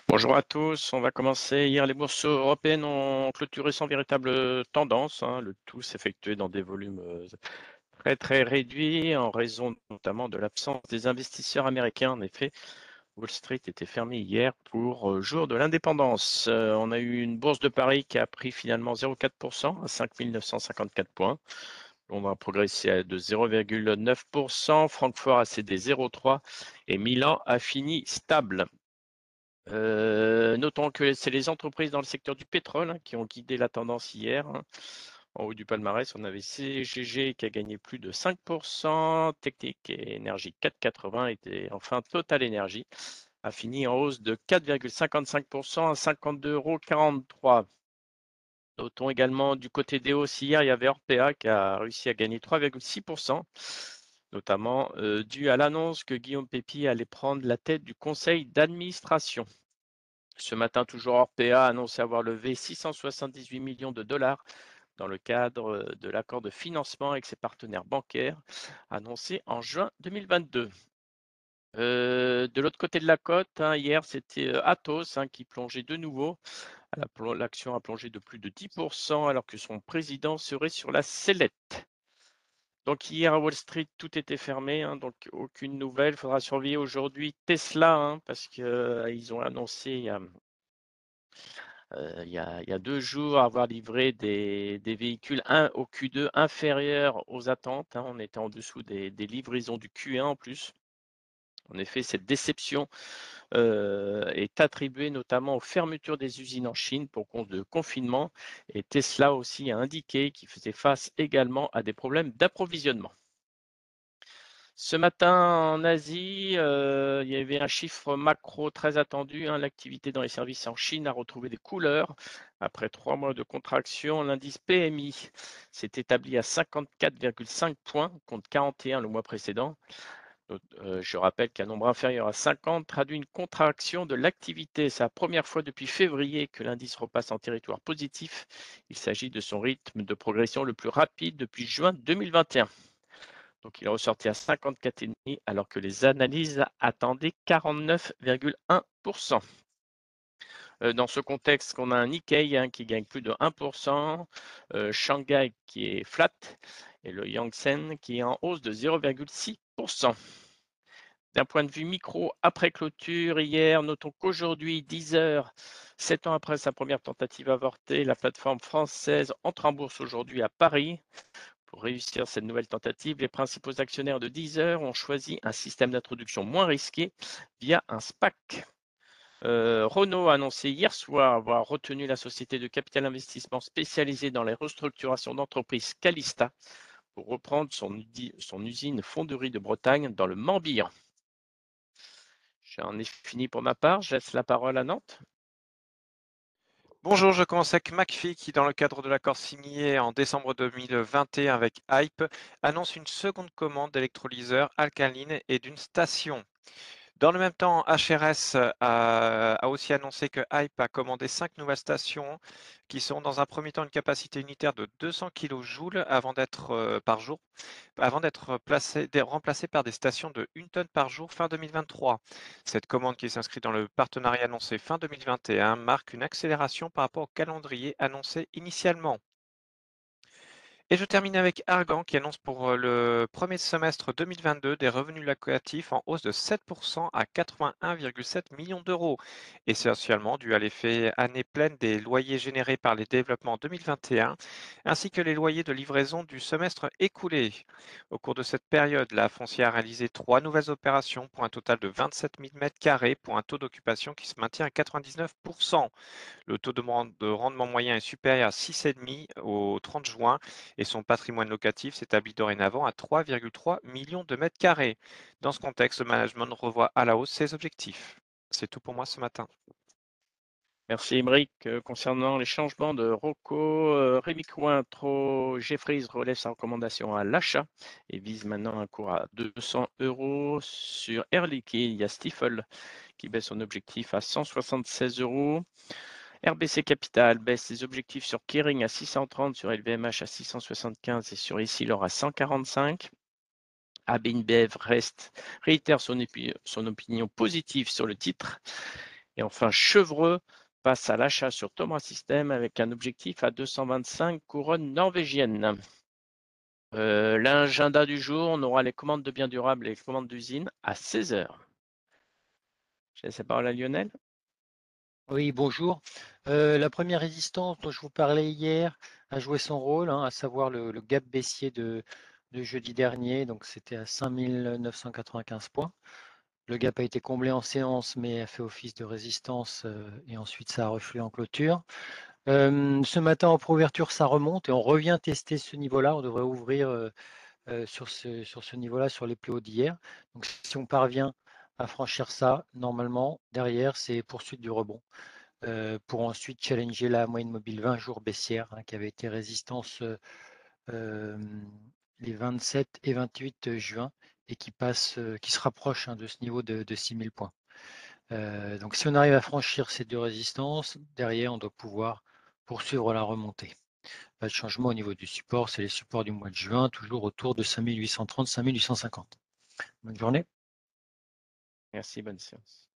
Bonjour à tous, on va commencer. Hier, les bourses européennes ont clôturé sans véritable tendance, hein. Le tout s'effectuait dans des volumes très réduits en raison notamment de l'absence des investisseurs américains. En effet, Wall Street était fermé hier pour jour de l'indépendance. On a eu une bourse de Paris qui a pris finalement 0,4% à 5 954 points. Londres a progressé de 0,9%, Francfort a cédé 0,3% et Milan a fini stable. Notons que c'est les entreprises dans le secteur du pétrole qui ont guidé la tendance hier. En haut du palmarès, on avait CGG qui a gagné plus de 5%, Technip et Énergie 4,80 et enfin Total Energy a fini en hausse de 4,55% à 52,43 €. Notons également du côté des hausses, hier, il y avait Orpea qui a réussi à gagner 3,6%, notamment dû à l'annonce que Guillaume Pépi allait prendre la tête du conseil d'administration. Ce matin, toujours Orpea a annoncé avoir levé 678 millions de dollars dans le cadre de l'accord de financement avec ses partenaires bancaires annoncé en juin 2022. De l'autre côté de la côte, hier, c'était Atos qui plongeait de nouveau. L'action a plongé de plus de 10% alors que son président serait sur la sellette. Donc hier à Wall Street, tout était fermé, donc aucune nouvelle. Il faudra surveiller aujourd'hui Tesla parce qu'ils ont annoncé il y a 2 jours avoir livré des véhicules au Q2 inférieurs aux attentes. On était en dessous des livraisons du Q1 en plus. En effet, cette déception est attribuée notamment aux fermetures des usines en Chine pour cause de confinement et Tesla aussi a indiqué qu'il faisait face également à des problèmes d'approvisionnement. Ce matin, en Asie, il y avait un chiffre macro très attendu. L'activité dans les services en Chine a retrouvé des couleurs. Après 3 mois de contraction, l'indice PMI s'est établi à 54,5 points contre 41 le mois précédent. Je rappelle qu'un nombre inférieur à 50 traduit une contraction de l'activité. C'est la première fois depuis février que l'indice repasse en territoire positif. Il s'agit de son rythme de progression le plus rapide depuis juin 2021. Donc, il est ressorti à 54,5 alors que les analyses attendaient 49,1%. Dans ce contexte, on a un Nikkei qui gagne plus de 1%, Shanghai qui est flat et le Hang Seng qui est en hausse de 0,6%. D'un point de vue micro, après clôture, hier, notons qu'aujourd'hui, 10 heures, 7 ans après sa première tentative avortée, la plateforme française entre en bourse aujourd'hui à Paris. Pour réussir cette nouvelle tentative, les principaux actionnaires de Deezer ont choisi un système d'introduction moins risqué via un SPAC. Renault a annoncé hier soir avoir retenu la société de capital investissement spécialisée dans les restructurations d'entreprises Calista pour reprendre son usine fonderie de Bretagne dans le Morbihan. J'en ai fini pour ma part, je laisse la parole à Nantes. Bonjour, je commence avec McPhee qui, dans le cadre de l'accord signé en décembre 2021 avec Hype, annonce une seconde commande d'électrolyseurs alcalines et d'une station. Dans le même temps, HRS a aussi annoncé que Hype a commandé 5 nouvelles stations qui seront dans un premier temps une capacité unitaire de 200 kJ par jour, avant d'être remplacées par des stations de 1 tonne par jour fin 2023. Cette commande qui s'inscrit dans le partenariat annoncé fin 2021 marque une accélération par rapport au calendrier annoncé initialement. Et je termine avec Argan qui annonce pour le premier semestre 2022 des revenus locatifs en hausse de 7% à 81,7 millions d'euros, essentiellement dû à l'effet année pleine des loyers générés par les développements 2021, ainsi que les loyers de livraison du semestre écoulé. Au cours de cette période, la foncière a réalisé 3 nouvelles opérations pour un total de 27 000 m² pour un taux d'occupation qui se maintient à 99%. Le taux de rendement moyen est supérieur à 6,5 au 30 juin et son patrimoine locatif s'établit dorénavant à 3,3 millions de mètres carrés. Dans ce contexte, le management revoit à la hausse ses objectifs. C'est tout pour moi ce matin. Merci Émeric. Concernant les changements de Rocco, Rémi Cointreau, Jeffries relève sa recommandation à l'achat et vise maintenant un cours à 200 € sur Air Liquide. Il y a Stifel qui baisse son objectif à 176 €. RBC Capital baisse ses objectifs sur Kering à 630, sur LVMH à 675 et sur Essilor à 145. AB InBev réitère son opinion positive sur le titre Et enfin, Chevreux passe à l'achat sur Thomas System avec un objectif à 225 couronnes norvégiennes. L'agenda du jour, on aura les commandes de biens durables et les commandes d'usine à 16 heures. Je laisse la parole à Lionel. Oui, bonjour. La première résistance dont je vous parlais hier a joué son rôle, hein, à savoir le gap baissier de jeudi dernier. Donc c'était à 5995 points. Le gap a été comblé en séance, mais a fait office de résistance et ensuite ça a reflué en clôture. Ce matin en pro-ouverture, ça remonte et on revient tester ce niveau-là. On devrait ouvrir sur ce niveau-là, sur les plus hauts d'hier. Donc si on parvient à franchir ça, normalement, derrière, c'est poursuite du rebond. Pour ensuite challenger la moyenne mobile 20 jours baissière, hein, qui avait été résistance les 27 et 28 juin et qui se rapproche, hein, de ce niveau de 6000 points. Donc si on arrive à franchir ces deux résistances, derrière on doit pouvoir poursuivre la remontée. Pas de changement au niveau du support, c'est les supports du mois de juin, toujours autour de 5830, 5850. Bonne journée. Merci, bonne séance.